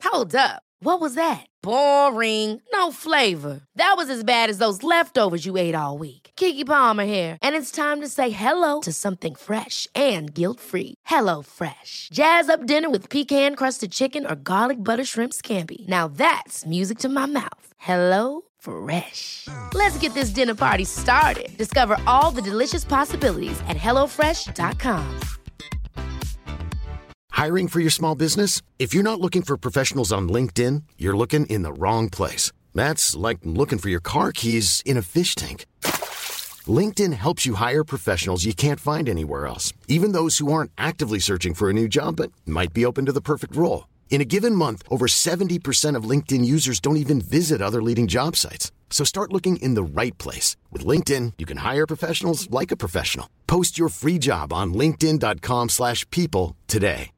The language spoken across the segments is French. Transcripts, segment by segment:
Hold up. What was that? Boring. No flavor. That was as bad as those leftovers you ate all week. Keke Palmer here, and it's time to say hello to something fresh and guilt-free. Hello Fresh. Jazz up dinner with pecan-crusted chicken or garlic butter shrimp scampi. Now that's music to my mouth. Hello Fresh. Let's get this dinner party started. Discover all the delicious possibilities at hellofresh.com. Hiring for your small business? If you're not looking for professionals on LinkedIn, you're looking in the wrong place. That's like looking for your car keys in a fish tank. LinkedIn helps you hire professionals you can't find anywhere else, even those who aren't actively searching for a new job but might be open to the perfect role. In a given month, over 70% of LinkedIn users don't even visit other leading job sites. So start looking in the right place. With LinkedIn, you can hire professionals like a professional. Post your free job on linkedin.com/people today.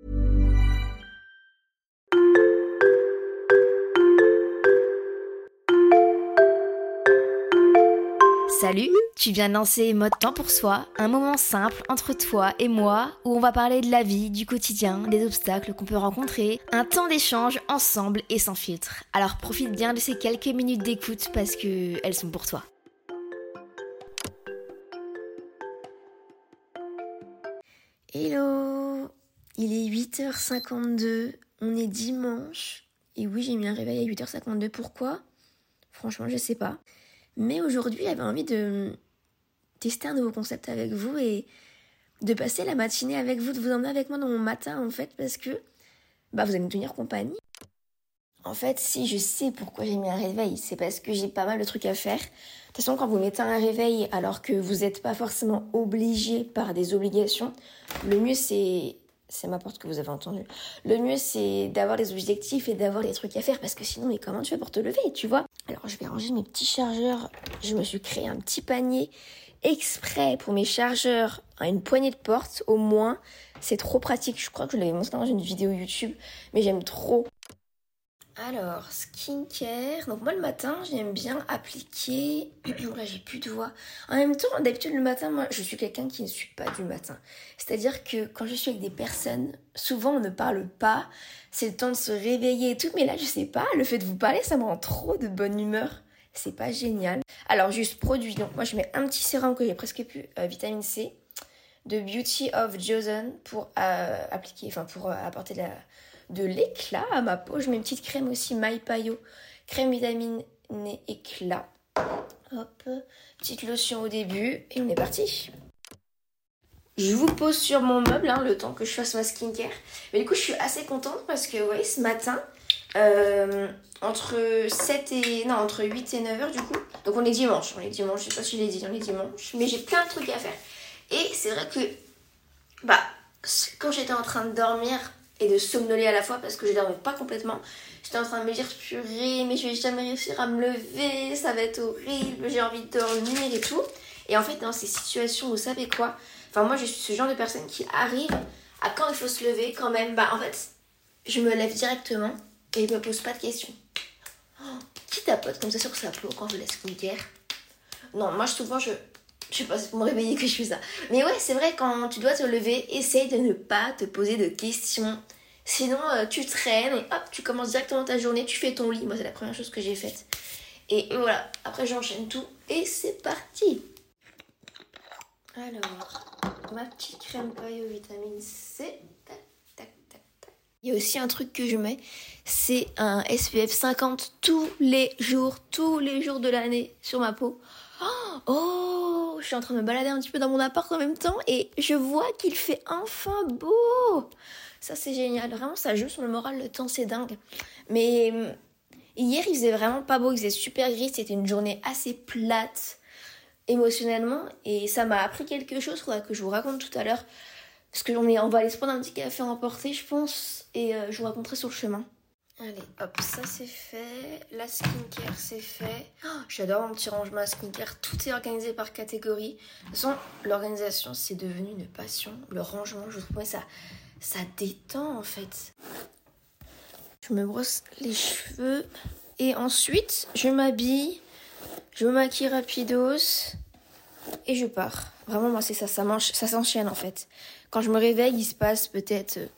Salut, tu viens de lancer Mode Temps pour Soi, un moment simple entre toi et moi où on va parler de la vie, du quotidien, des obstacles qu'on peut rencontrer, un temps d'échange ensemble et sans filtre. Alors profite bien de ces quelques minutes d'écoute parce que elles sont pour toi. Hello, il est 8h52, on est dimanche, et oui j'ai mis un réveil à 8h52, pourquoi ? Franchement je sais pas. Mais aujourd'hui, j'avais envie de tester un nouveau concept avec vous et de passer la matinée avec vous, de vous emmener avec moi dans mon matin en fait, parce que vous allez me tenir compagnie. En fait, si je sais pourquoi j'ai mis un réveil, c'est parce que j'ai pas mal de trucs à faire. De toute façon, quand vous mettez un réveil alors que vous n'êtes pas forcément obligé par des obligations, le mieux c'est ma porte que vous avez entendue. Le mieux c'est d'avoir des objectifs et d'avoir des trucs à faire parce que sinon, mais comment tu fais pour te lever, tu vois ? Alors je vais ranger mes petits chargeurs. Je me suis créé un petit panier exprès pour mes chargeurs à une poignée de porte au moins. C'est trop pratique. Je crois que je l'avais montré dans une vidéo YouTube, mais j'aime trop. Alors, skincare. Donc moi le matin, j'aime bien appliquer... Là, j'ai plus de voix. En même temps, d'habitude le matin, moi, je suis quelqu'un qui ne suis pas du matin. C'est-à-dire que quand je suis avec des personnes, souvent on ne parle pas. C'est le temps de se réveiller et tout. Mais là, je sais pas, le fait de vous parler, ça me rend trop de bonne humeur. C'est pas génial. Alors, juste produit. Donc moi, je mets un petit sérum que j'ai presque plus, vitamine C, de Beauty of Joseon pour appliquer, pour apporter de l'éclat à ma peau. Je mets une petite crème aussi My Payo, crème vitamine éclat. Hop, petite lotion au début et on est parti. Je vous pose sur mon meuble le temps que je fasse ma skincare. Mais du coup, je suis assez contente parce que vous voyez, ce matin, entre 8 et 9h du coup. Donc on est dimanche, je sais pas si je l'ai dit, on est dimanche. Mais j'ai plein de trucs à faire. Et c'est vrai que, quand j'étais en train de dormir et de somnoler à la fois parce que je dormais pas complètement, j'étais en train de me dire purée, mais je vais jamais réussir à me lever, ça va être horrible, j'ai envie de dormir et tout. Et en fait, dans ces situations, vous savez quoi ? Moi, je suis ce genre de personne qui arrive à quand il faut se lever, quand même, en fait, je me lève directement et je me pose pas de questions. Qui tapote comme ça sur sa peau quand je laisse skincare ? Non, moi, souvent, je sais pas, c'est pour me réveiller que je fais ça. Mais ouais, c'est vrai, quand tu dois te lever, essaye de ne pas te poser de questions. Sinon, tu traînes et hop, tu commences directement ta journée, tu fais ton lit. Moi, c'est la première chose que j'ai faite. Et voilà, après, j'enchaîne tout et c'est parti. Alors, ma petite crème paille vitamine C. Tac, tac, tac, tac. Il y a aussi un truc que je mets, c'est un SPF 50 tous les jours de l'année sur ma peau. Oh, je suis en train de me balader un petit peu dans mon appart en même temps et je vois qu'il fait enfin beau. Ça, c'est génial. Vraiment, ça joue sur le moral, le temps, c'est dingue. Mais hier, il faisait vraiment pas beau, il faisait super gris. C'était une journée assez plate émotionnellement et ça m'a appris quelque chose. Faudra que je vous raconte tout à l'heure parce que on va aller se prendre un petit café à emporter, je pense, et je vous raconterai sur le chemin. Allez, hop, ça c'est fait. La skincare c'est fait. J'adore mon petit rangement à skincare. Tout est organisé par catégorie. De toute façon, l'organisation c'est devenu une passion. Le rangement, je trouve ça détend en fait. Je me brosse les cheveux et ensuite je m'habille. Je me maquille rapidos et je pars. Vraiment, moi, c'est ça. Ça s'enchaîne, en fait. Quand je me réveille, il se passe peut-être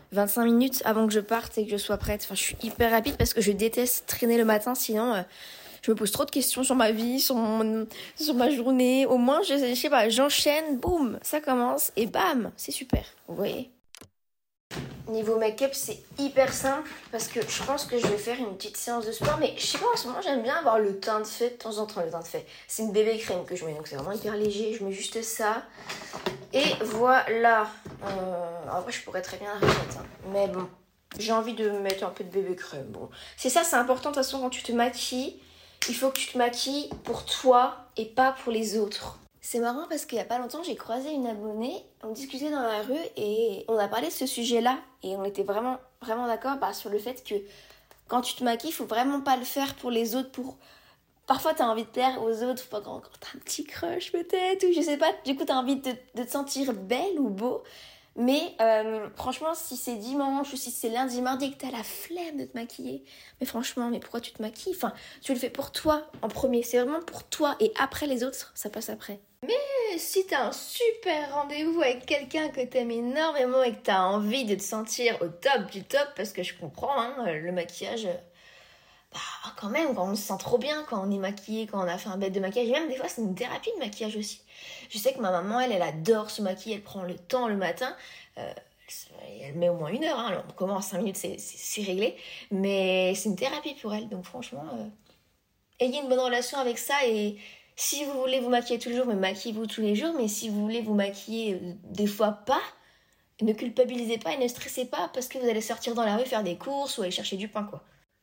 25 minutes avant que je parte et que je sois prête. Enfin, je suis hyper rapide parce que je déteste traîner le matin, sinon je me pose trop de questions sur ma vie, sur ma journée. Au moins, je sais pas, j'enchaîne, boum, ça commence et bam, c'est super. Vous voyez ? Niveau make-up, c'est hyper simple parce que je pense que je vais faire une petite séance de sport. Mais je sais pas, en ce moment, j'aime bien avoir le teint de fait de temps en temps. Le teint de fait, c'est une bébé crème que je mets, donc c'est vraiment hyper léger. Je mets juste ça. Et voilà. En vrai, je pourrais très bien arrêter, hein. Mais bon, j'ai envie de mettre un peu de bébé crème. Bon, c'est ça, c'est important de toute façon quand tu te maquilles. Il faut que tu te maquilles pour toi et pas pour les autres. C'est marrant parce qu'il y a pas longtemps, j'ai croisé une abonnée, on discutait dans la rue et on a parlé de ce sujet-là et on était vraiment d'accord sur le fait que quand tu te maquilles, il faut vraiment pas le faire pour les autres, Parfois t'as envie de plaire aux autres, quand t'as un petit crush peut-être, ou je sais pas, du coup t'as envie de te sentir belle ou beau. Mais franchement, si c'est dimanche ou si c'est lundi, mardi et que t'as la flemme de te maquiller, mais franchement, mais pourquoi tu te maquilles ? Enfin, tu le fais pour toi en premier, c'est vraiment pour toi et après les autres, ça passe après. Mais si t'as un super rendez-vous avec quelqu'un que t'aimes énormément et que t'as envie de te sentir au top du top, parce que je comprends, hein, le maquillage... quand même, quand on se sent trop bien, quand on est maquillé, quand on a fait un bête de maquillage, et même des fois c'est une thérapie de maquillage aussi. Je sais que ma maman, elle adore se maquiller, elle prend le temps le matin, elle met au moins 1 heure, hein. Alors, on commence 5 minutes, c'est réglé, mais c'est une thérapie pour elle, donc franchement, ayez une bonne relation avec ça, et si vous voulez vous maquiller tous les jours, mais maquillez-vous tous les jours, mais si vous voulez vous maquiller des fois pas, ne culpabilisez pas et ne stressez pas parce que vous allez sortir dans la rue faire des courses ou aller chercher du pain, quoi.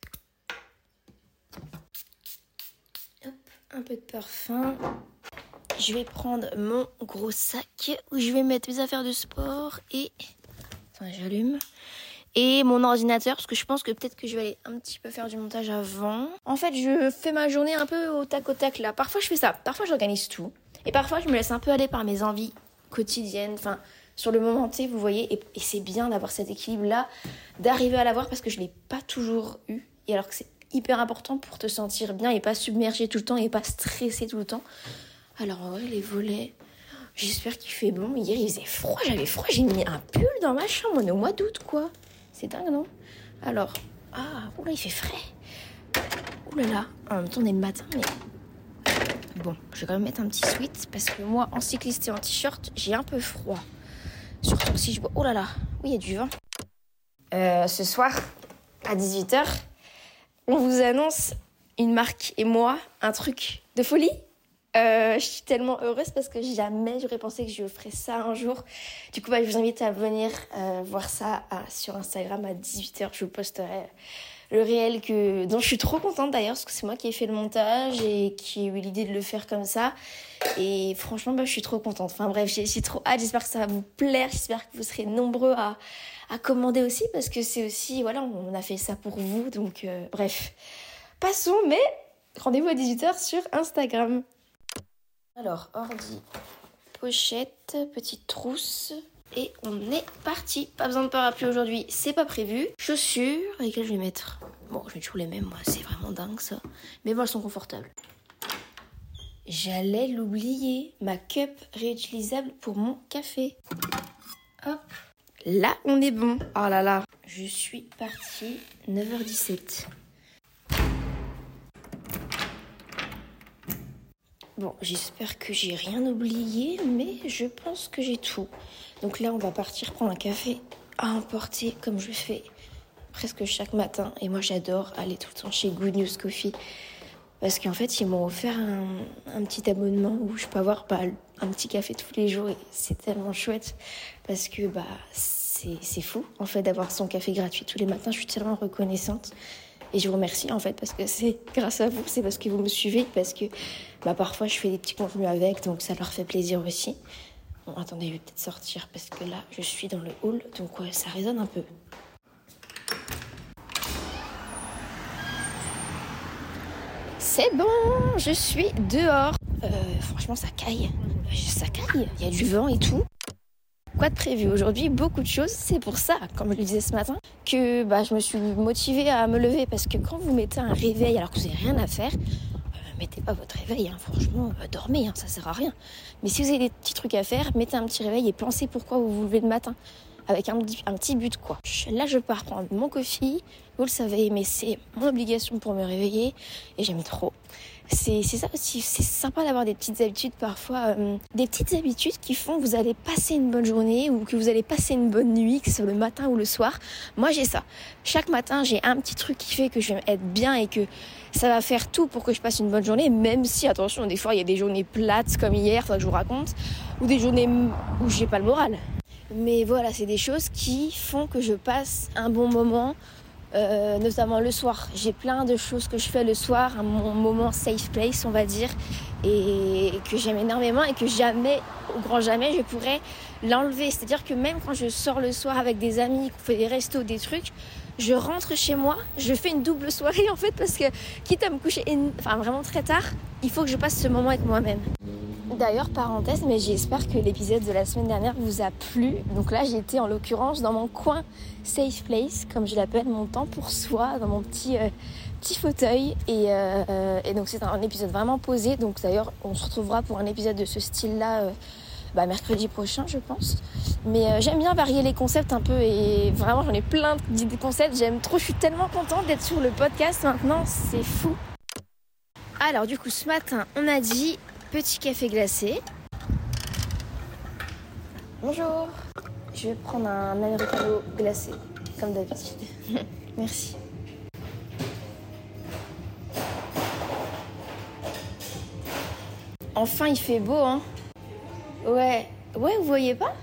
Un peu de parfum. Je vais prendre mon gros sac où je vais mettre mes affaires de sport et... Attends, j'allume. Et mon ordinateur, parce que je pense que peut-être que je vais aller un petit peu faire du montage avant. En fait, je fais ma journée un peu au tac là. Parfois, je fais ça. Parfois, j'organise tout. Et parfois, je me laisse un peu aller par mes envies quotidiennes. Enfin, sur le moment T, vous voyez. Et c'est bien d'avoir cet équilibre-là, d'arriver à l'avoir parce que je ne l'ai pas toujours eu. Et alors que c'est hyper important pour te sentir bien et pas submergé tout le temps et pas stressé tout le temps. Alors en vrai, les volets, j'espère qu'il fait bon. Hier, il faisait froid, j'avais froid, j'ai mis un pull dans ma chambre, on est au mois d'août, quoi. C'est dingue, non ? Alors, oula, il fait frais. Oulala, en même temps, on est le matin, mais... Bon, je vais quand même mettre un petit sweat, parce que moi, en cycliste et en t-shirt, j'ai un peu froid. Surtout si je bois... Oh là là, oui, il y a du vent. Ce soir, à 18h, on vous annonce, une marque et moi, un truc de folie. Je suis tellement heureuse parce que jamais j'aurais pensé que je ferais ça un jour. Du coup, je vous invite à venir voir ça sur Instagram à 18h. Je vous posterai le réel dont je suis trop contente d'ailleurs parce que c'est moi qui ai fait le montage et qui ai eu l'idée de le faire comme ça. Et franchement, je suis trop contente. Enfin bref, j'ai trop hâte. J'espère que ça va vous plaire. J'espère que vous serez nombreux à commander aussi parce que c'est aussi, voilà, on a fait ça pour vous. Donc bref, passons, mais rendez-vous à 18h sur Instagram. Alors, ordi, pochette, petite trousse, et on est parti. Pas besoin de parapluie aujourd'hui, c'est pas prévu. Chaussures, lesquelles je vais mettre ? Bon, je mets toujours les mêmes, moi, c'est vraiment dingue ça. Mais bon, elles sont confortables. J'allais l'oublier, ma cup réutilisable pour mon café. Hop, là on est bon. Oh là là, je suis partie 9h17. Bon, j'espère que j'ai rien oublié, mais je pense que j'ai tout. Donc là, on va partir prendre un café à emporter, comme je fais presque chaque matin. Et moi, j'adore aller tout le temps chez Good News Coffee. Parce qu'en fait, ils m'ont offert un petit abonnement où je peux avoir un petit café tous les jours. Et c'est tellement chouette parce que c'est fou, en fait, d'avoir son café gratuit tous les matins. Je suis tellement reconnaissante. Et je vous remercie en fait parce que c'est grâce à vous, c'est parce que vous me suivez, parce que parfois je fais des petits contenus avec, donc ça leur fait plaisir aussi. Bon, attendez, je vais peut-être sortir parce que là je suis dans le hall, donc ouais, ça résonne un peu. C'est bon, je suis dehors. Franchement ça caille, il y a du vent et tout. Quoi de prévu aujourd'hui ? Beaucoup de choses. C'est pour ça, comme je le disais ce matin, que je me suis motivée à me lever. Parce que quand vous mettez un réveil alors que vous n'avez rien à faire, mettez pas votre réveil. Franchement, dormez, ça sert à rien. Mais si vous avez des petits trucs à faire, mettez un petit réveil et pensez pourquoi vous vous levez le matin. avec un petit but, quoi. Là, je pars prendre mon coffee, vous le savez, mais c'est mon obligation pour me réveiller et j'aime trop. C'est ça aussi, c'est sympa d'avoir des petites habitudes parfois, des petites habitudes qui font que vous allez passer une bonne journée ou que vous allez passer une bonne nuit, que ce soit le matin ou le soir. Moi, j'ai ça. Chaque matin, j'ai un petit truc qui fait que je vais être bien et que ça va faire tout pour que je passe une bonne journée, même si, attention, des fois, il y a des journées plates comme hier, ça que je vous raconte, ou des journées où j'ai pas le moral. Mais voilà, c'est des choses qui font que je passe un bon moment, notamment le soir. J'ai plein de choses que je fais le soir, mon moment safe place, on va dire, et que j'aime énormément et que jamais, au grand jamais, je pourrais l'enlever. C'est-à-dire que même quand je sors le soir avec des amis, qu'on fait des restos, des trucs, je rentre chez moi, je fais une double soirée en fait, parce que quitte à me coucher vraiment très tard, il faut que je passe ce moment avec moi-même. D'ailleurs, parenthèse, mais j'espère que l'épisode de la semaine dernière vous a plu. Donc là, j'étais en l'occurrence dans mon coin safe place, comme je l'appelle, mon temps pour soi, dans mon petit fauteuil. Et donc c'est un épisode vraiment posé. Donc d'ailleurs, on se retrouvera pour un épisode de ce style-là mercredi prochain, je pense. Mais j'aime bien varier les concepts un peu et vraiment, j'en ai plein d'idées concepts. J'aime trop, je suis tellement contente d'être sur le podcast maintenant, c'est fou. Alors du coup, ce matin, on a dit... petit café glacé. Bonjour. Je vais prendre un americano glacé, comme d'habitude. Merci. Enfin, il fait beau, hein. Ouais, vous voyez pas?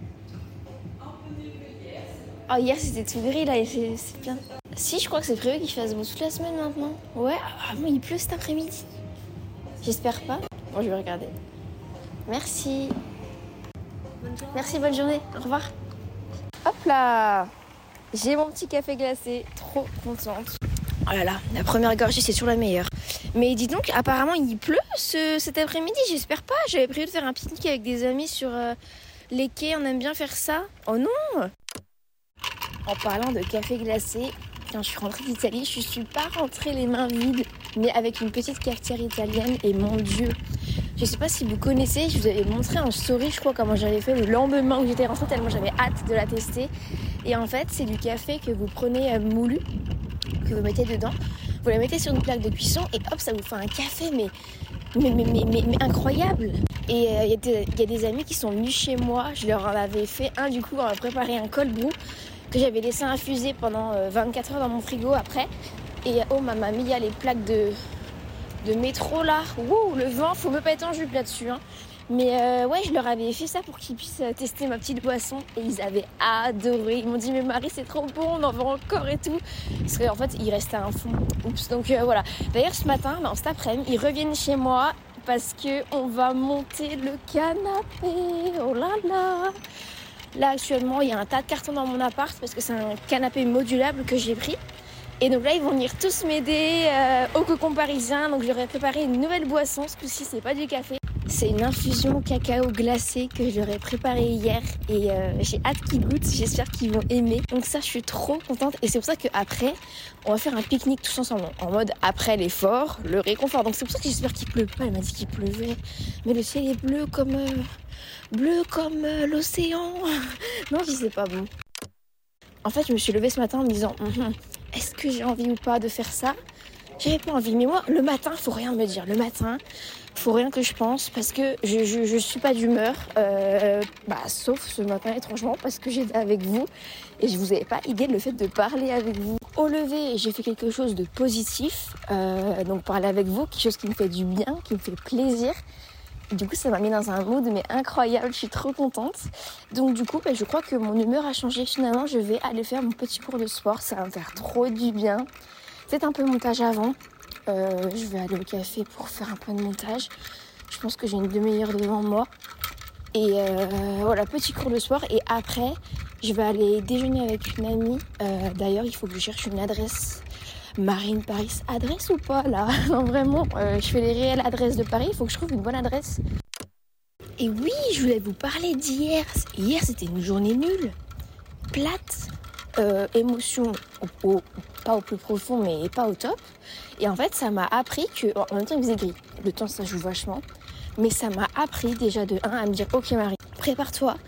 Oh, hier, c'était tout gris, là, c'est bien. Si, je crois que c'est prévu qu'il fasse beau toute la semaine, maintenant. Ouais, mais il pleut cet après-midi. J'espère pas. Bon, je vais regarder. Merci. Merci, bonne journée. Au revoir. Hop là. J'ai mon petit café glacé. Trop contente. Oh là là, la première gorgée, c'est toujours la meilleure. Mais dis donc, apparemment, il pleut cet après-midi. J'espère pas. J'avais prévu de faire un pique-nique avec des amis sur les quais. On aime bien faire ça. Oh non. En parlant de café glacé, quand je suis rentrée d'Italie, je suis pas rentrée les mains vides, mais avec une petite cafetière italienne. Et mon Dieu, je sais pas si vous connaissez, je vous avais montré en story, je crois, comment j'avais fait le lendemain où j'étais rentrée, tellement j'avais hâte de la tester. Et en fait, c'est du café que vous prenez moulu, que vous mettez dedans. Vous la mettez sur une plaque de cuisson et hop, ça vous fait un café, mais incroyable. Et il y a des amis qui sont venus chez moi, je leur en avais fait un, du coup, on a préparé un cold brew que j'avais laissé infuser pendant 24 heures dans mon frigo après. Et m'a mis les plaques de métro là. Wouh, le vent, faut me pas être en jupe là-dessus. Hein. Mais je leur avais fait ça pour qu'ils puissent tester ma petite boisson. Et ils avaient adoré. Ils m'ont dit, mais Marie, c'est trop bon, on en veut encore et tout. Parce qu'en fait, il restait un fond. Oups, donc voilà. D'ailleurs, ce matin, cet après-midi, ils reviennent chez moi parce qu'on va monter le canapé. Oh là là. Là, actuellement, il y a un tas de cartons dans mon appart parce que c'est un canapé modulable que j'ai pris. Et donc là, ils vont venir tous m'aider au cocon parisien. Donc j'aurais préparé une nouvelle boisson. Ce coup-ci, c'est pas du café. C'est une infusion cacao glacé que j'aurais préparée hier. Et j'ai hâte qu'ils goûtent. J'espère qu'ils vont aimer. Donc ça, je suis trop contente. Et c'est pour ça qu'après, on va faire un pique-nique tous ensemble. En mode après l'effort, le réconfort. Donc c'est pour ça que j'espère qu'il pleut pas. Elle m'a dit qu'il pleuvait. Mais le ciel est bleu comme l'océan. Non, je sais pas bon. En fait, je me suis levée ce matin en me disant est-ce que j'ai envie ou pas de faire ça? J'avais pas envie, mais moi, le matin, faut rien me dire. Le matin, faut rien que je pense parce que je suis pas d'humeur. Sauf ce matin, étrangement, parce que j'étais avec vous et je vous avais pas idée de le fait de parler avec vous. Au lever, j'ai fait quelque chose de positif, donc parler avec vous, quelque chose qui me fait du bien, qui me fait plaisir. Du coup, ça m'a mis dans un mood mais incroyable, je suis trop contente. Donc du coup, je crois que mon humeur a changé. Finalement, je vais aller faire mon petit cours de sport, ça va me faire trop du bien. Peut-être un peu de montage avant. Je vais aller au café pour faire un peu de montage. Je pense que j'ai une demi-heure devant moi. Et voilà, petit cours de sport. Et après, je vais aller déjeuner avec une amie. D'ailleurs, il faut que je cherche une adresse. Marine Paris, adresse ou pas là? Non, vraiment, je fais les réelles adresses de Paris, il faut que je trouve une bonne adresse. Et oui, je voulais vous parler d'hier. Hier, c'était une journée nulle, plate, émotion pas au plus profond, mais pas au top. Et en fait, ça m'a appris que, en même temps, il faisait gris. Le temps, ça joue vachement. Mais ça m'a appris déjà de 1 à me dire, ok Marie, prépare-toi.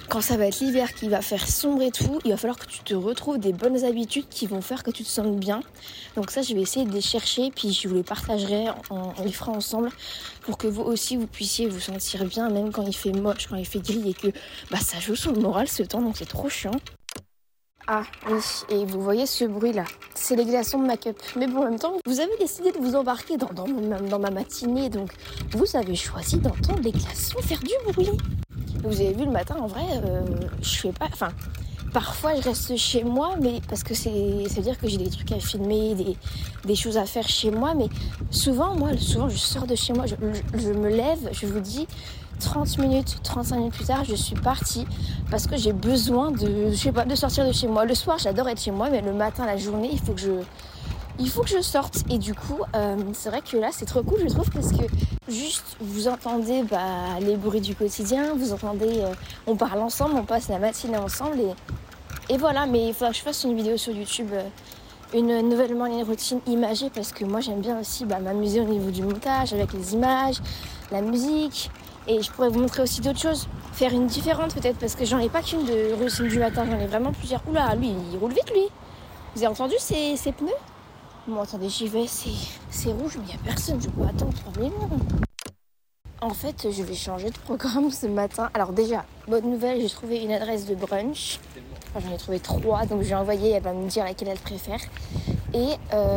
quand ça va être l'hiver, qu'il va faire sombre et tout, il va falloir que tu te retrouves des bonnes habitudes qui vont faire que tu te sentes bien. Donc ça, je vais essayer de les chercher, puis je vous les partagerai, on les fera ensemble, pour que vous aussi, vous puissiez vous sentir bien, même quand il fait moche, quand il fait gris, et que ça joue sur le moral ce temps, donc c'est trop chiant. Ah oui, et vous voyez ce bruit-là, c'est les glaçons de Make-up. Mais bon, en même temps, vous avez décidé de vous embarquer dans ma matinée, donc vous avez choisi d'entendre les glaçons faire du bruit. Vous avez vu le matin, en vrai, je fais pas... Enfin, parfois je reste chez moi, mais parce que ça veut dire que j'ai des trucs à filmer, des choses à faire chez moi, mais souvent je sors de chez moi, je me lève, je vous dis... 30 minutes, 35 minutes plus tard, je suis partie parce que j'ai besoin de sortir de chez moi. Le soir, j'adore être chez moi, mais le matin, la journée, il faut que je sorte. Et du coup, c'est vrai que là, c'est trop cool, je trouve, parce que juste, vous entendez les bruits du quotidien, vous entendez, on parle ensemble, on passe la matinée ensemble, et voilà. Mais il faudra que je fasse une vidéo sur YouTube, une nouvelle morning routine imagée, parce que moi, j'aime bien aussi m'amuser au niveau du montage, avec les images, la musique. Et je pourrais vous montrer aussi d'autres choses, faire une différente peut-être, parce que j'en ai pas qu'une de routine du matin, j'en ai vraiment plusieurs. Oula, lui, il roule vite, lui. Vous avez entendu ses pneus? Bon, attendez, j'y vais, c'est rouge, mais il n'y a personne, je peux attendre 3 minutes. En fait, je vais changer de programme ce matin. Alors déjà, bonne nouvelle, j'ai trouvé une adresse de brunch. Enfin, j'en ai trouvé 3, donc je vais envoyer, elle va me dire laquelle elle préfère. Et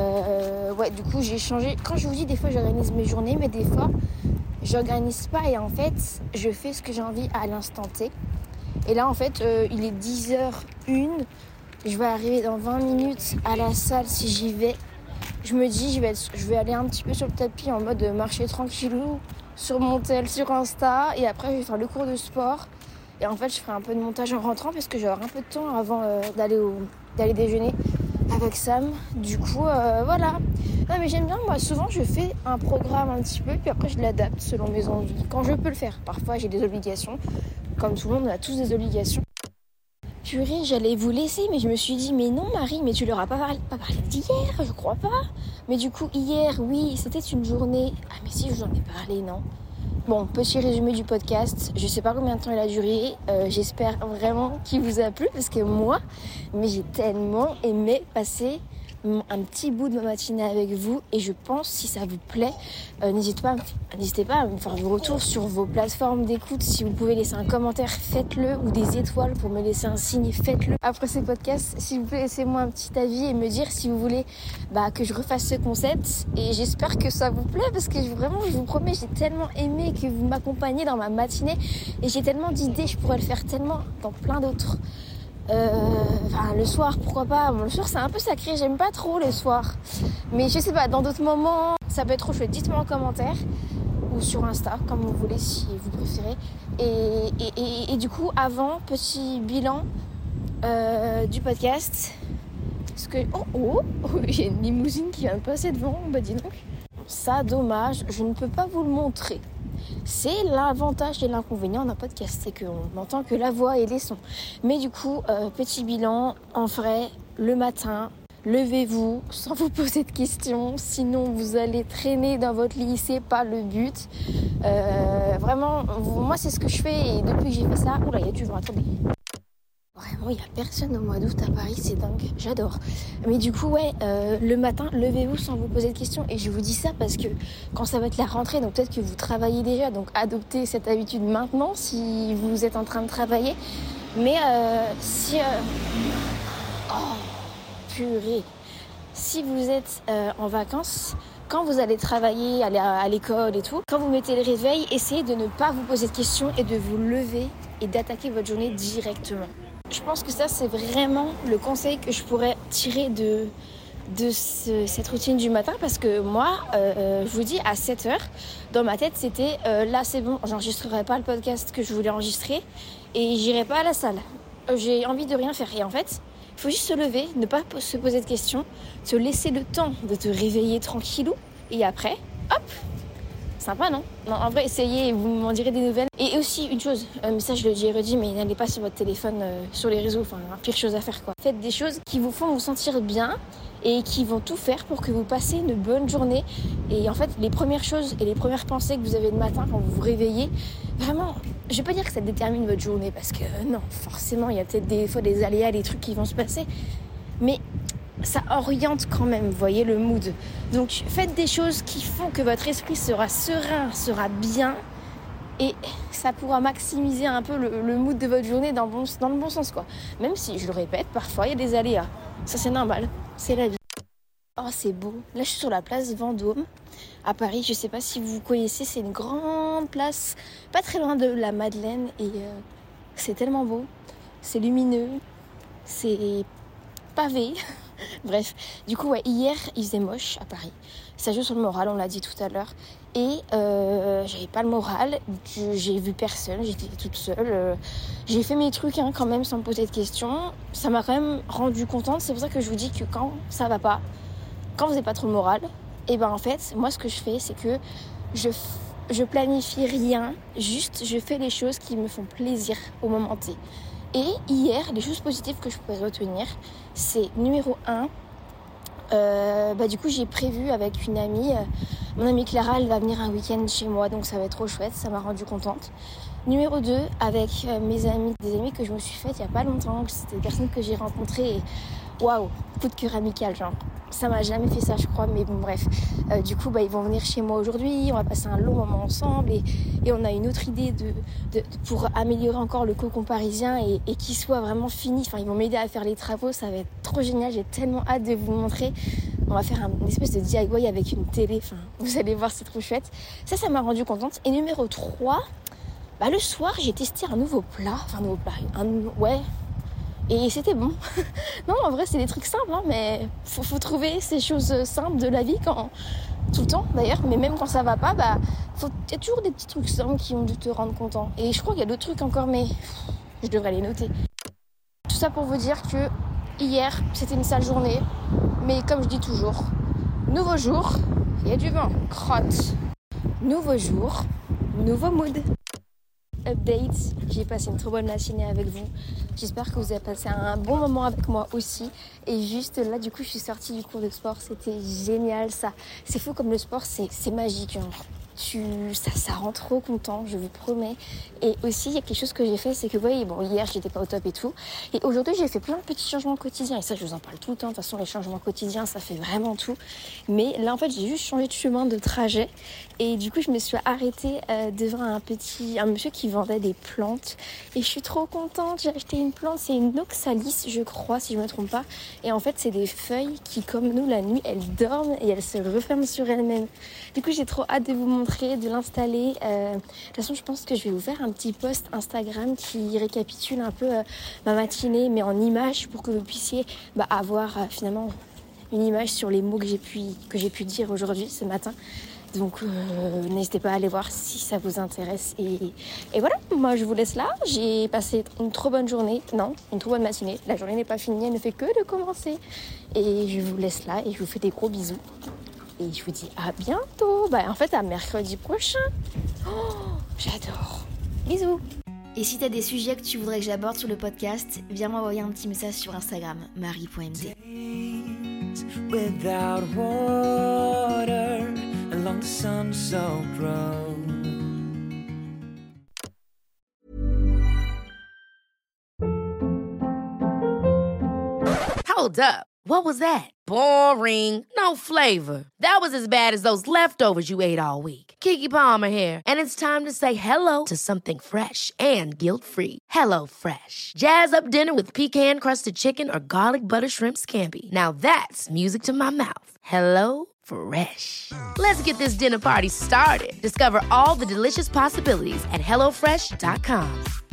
du coup, j'ai changé. Quand je vous dis, des fois, j'organise mes journées, mais des fois... j'organise pas et en fait je fais ce que j'ai envie à l'instant T. Et là en fait il est 10h01, je vais arriver dans 20 minutes à la salle si j'y vais. Je me dis je vais aller un petit peu sur le tapis en mode marcher tranquillou sur mon tel, sur Insta, et après je vais faire le cours de sport. Et en fait je ferai un peu de montage en rentrant parce que j'aurai un peu de temps avant d'aller déjeuner avec Sam. Du coup voilà. Non mais j'aime bien, moi souvent je fais un programme un petit peu, puis après je l'adapte selon mes envies, quand je peux le faire. Parfois j'ai des obligations, comme tout le monde on a tous des obligations. Purée, j'allais vous laisser, mais je me suis dit mais non Marie, mais tu leur as pas parlé d'hier, je crois pas. Mais du coup hier, oui, c'était une journée... Ah mais si, je vous en ai parlé, non? Bon, petit résumé du podcast, je sais pas combien de temps il a duré, j'espère vraiment qu'il vous a plu, parce que moi, mais j'ai tellement aimé passer un petit bout de ma matinée avec vous, et je pense, si ça vous plaît, n'hésitez pas à me faire vos retours sur vos plateformes d'écoute. Si vous pouvez laisser un commentaire, faites-le, ou des étoiles pour me laisser un signe, faites-le. Après ces podcasts, s'il vous plaît, laissez-moi un petit avis et me dire si vous voulez que je refasse ce concept, et j'espère que ça vous plaît, parce que vraiment, je vous promets, j'ai tellement aimé que vous m'accompagniez dans ma matinée, et j'ai tellement d'idées, je pourrais le faire tellement dans plein d'autres. Le soir, pourquoi pas. Bon, le soir c'est un peu sacré, j'aime pas trop le soir, mais je sais pas, dans d'autres moments ça peut être trop chouette. Dites-moi en commentaire ou sur Insta, comme vous voulez, si vous préférez. Et du coup, avant, petit bilan du podcast, parce que il y a une limousine qui vient de passer devant, dis donc. Ça, dommage, je ne peux pas vous le montrer. C'est l'avantage et l'inconvénient d'un podcast, c'est qu'on n'entend que la voix et les sons. Mais du coup, petit bilan, en vrai, le matin, levez-vous sans vous poser de questions, sinon vous allez traîner dans votre lit, c'est pas le but. Vraiment, moi c'est ce que je fais, et depuis que j'ai fait ça, oula, il y a du vent, attendez. Vraiment, il n'y a personne au mois d'août à Paris, c'est dingue, j'adore. Mais du coup, le matin, levez-vous sans vous poser de questions. Et je vous dis ça parce que quand ça va être la rentrée, donc peut-être que vous travaillez déjà, donc adoptez cette habitude maintenant si vous êtes en train de travailler. Mais si vous êtes en vacances, quand vous allez travailler, aller à l'école et tout, quand vous mettez le réveil, essayez de ne pas vous poser de questions et de vous lever et d'attaquer votre journée directement. Je pense que ça, c'est vraiment le conseil que je pourrais tirer de cette routine du matin, parce que moi, je vous dis, à 7h, dans ma tête, c'était là, c'est bon, j'enregistrerai pas le podcast que je voulais enregistrer et j'irai pas à la salle. J'ai envie de rien faire. Et en fait, il faut juste se lever, ne pas se poser de questions, se laisser le temps de te réveiller tranquillou, et après, hop, sympa, non? Non, en vrai, essayez et vous m'en direz des nouvelles. Et aussi, une chose, mais ça je le dis et redis, mais n'allez pas sur votre téléphone, sur les réseaux, pire chose à faire, quoi. Faites des choses qui vous font vous sentir bien et qui vont tout faire pour que vous passiez une bonne journée. Et en fait, les premières choses et les premières pensées que vous avez le matin quand vous vous réveillez vraiment, je vais pas dire que ça détermine votre journée parce que non, forcément, il y a peut-être des fois des aléas, des trucs qui vont se passer. Mais ça oriente quand même, vous voyez, le mood. Donc faites des choses qui font que votre esprit sera serein, sera bien. Et ça pourra maximiser un peu le mood de votre journée dans le bon sens, quoi. Même si, je le répète, parfois il y a des aléas. Ça, c'est normal. C'est la vie. Oh, c'est beau. Là, je suis sur la place Vendôme, à Paris. Je sais pas si vous connaissez, c'est une grande place, pas très loin de la Madeleine. Et c'est tellement beau. C'est lumineux. C'est pavé. Bref, du coup, ouais, hier, il faisait moche à Paris. Ça joue sur le moral, on l'a dit tout à l'heure. Et j'avais pas le moral, j'ai vu personne, j'étais toute seule. J'ai fait mes trucs quand même sans me poser de questions. Ça m'a quand même rendue contente. C'est pour ça que je vous dis que quand ça va pas, quand vous n'avez pas trop le moral, et ben en fait, moi ce que je fais, c'est que je planifie rien, juste je fais les choses qui me font plaisir au moment T. Et hier, les choses positives que je pourrais retenir, c'est numéro 1, du coup j'ai prévu avec une amie, mon amie Clara, elle va venir un week-end chez moi, donc ça va être trop chouette, ça m'a rendue contente. Numéro 2, avec mes amis, des amis que je me suis faites il n'y a pas longtemps, c'était des personnes que j'ai rencontrées et waouh, coup de cœur amical, genre. Ça m'a jamais fait ça, je crois, mais bon, bref. Du coup, ils vont venir chez moi aujourd'hui, on va passer un long moment ensemble et on a une autre idée pour améliorer encore le cocon parisien et qu'il soit vraiment fini. Enfin, ils vont m'aider à faire les travaux, ça va être trop génial, j'ai tellement hâte de vous montrer. On va faire une espèce de DIY avec une télé, enfin, vous allez voir, c'est trop chouette. Ça m'a rendue contente. Et numéro 3, le soir, j'ai testé un nouveau plat, ouais. Et c'était bon. Non, en vrai, c'est des trucs simples, mais faut trouver ces choses simples de la vie tout le temps, d'ailleurs. Mais même quand ça va pas, y a toujours des petits trucs simples qui vont te rendre content. Et je crois qu'il y a d'autres trucs encore, mais je devrais les noter. Tout ça pour vous dire que hier, c'était une sale journée. Mais comme je dis toujours, nouveau jour, il y a du vent. Crotte. Nouveau jour, nouveau mood. Update, j'ai passé une trop bonne matinée avec vous. J'espère que vous avez passé un bon moment avec moi aussi. Et juste là, du coup, je suis sortie du cours de sport. C'était génial, ça. C'est fou comme le sport, c'est magique. Ça rend trop content, je vous promets. Et aussi, il y a quelque chose que j'ai fait, c'est que, vous voyez, hier, j'étais pas au top et tout. Et aujourd'hui, j'ai fait plein de petits changements quotidiens. Et ça, je vous en parle tout le temps. De toute façon, les changements quotidiens, ça fait vraiment tout. Mais là, en fait, j'ai juste changé de chemin, de trajet. Et du coup, je me suis arrêtée devant un monsieur qui vendait des plantes. Et je suis trop contente. J'ai acheté une plante. C'est une oxalis, je crois, si je me trompe pas. Et en fait, c'est des feuilles qui, comme nous, la nuit, elles dorment et elles se referment sur elles-mêmes. Du coup, j'ai trop hâte de vous montrer, de l'installer. De toute façon, je pense que je vais vous faire un petit post Instagram qui récapitule un peu ma matinée, mais en images, pour que vous puissiez avoir finalement une image sur les mots que j'ai pu dire aujourd'hui, ce matin. Donc n'hésitez pas à aller voir si ça vous intéresse. Et voilà, moi je vous laisse là. J'ai passé une trop bonne journée. Non, une trop bonne matinée. La journée n'est pas finie, elle ne fait que de commencer. Et je vous laisse là et je vous fais des gros bisous. Et je vous dis à bientôt. En fait, à mercredi prochain. Oh, j'adore. Bisous. Et si t'as des sujets que tu voudrais que j'aborde sur le podcast, viens m'envoyer un petit message sur Instagram, marie.mt. Without water, along the sun-soaked road. Hold up. What was that? Boring. No flavor. That was as bad as those leftovers you ate all week. Keke Palmer here, and it's time to say hello to something fresh and guilt-free. Hello Fresh. Jazz up dinner with pecan-crusted chicken or garlic butter shrimp scampi. Now that's music to my mouth. Hello Fresh. Let's get this dinner party started. Discover all the delicious possibilities at HelloFresh.com.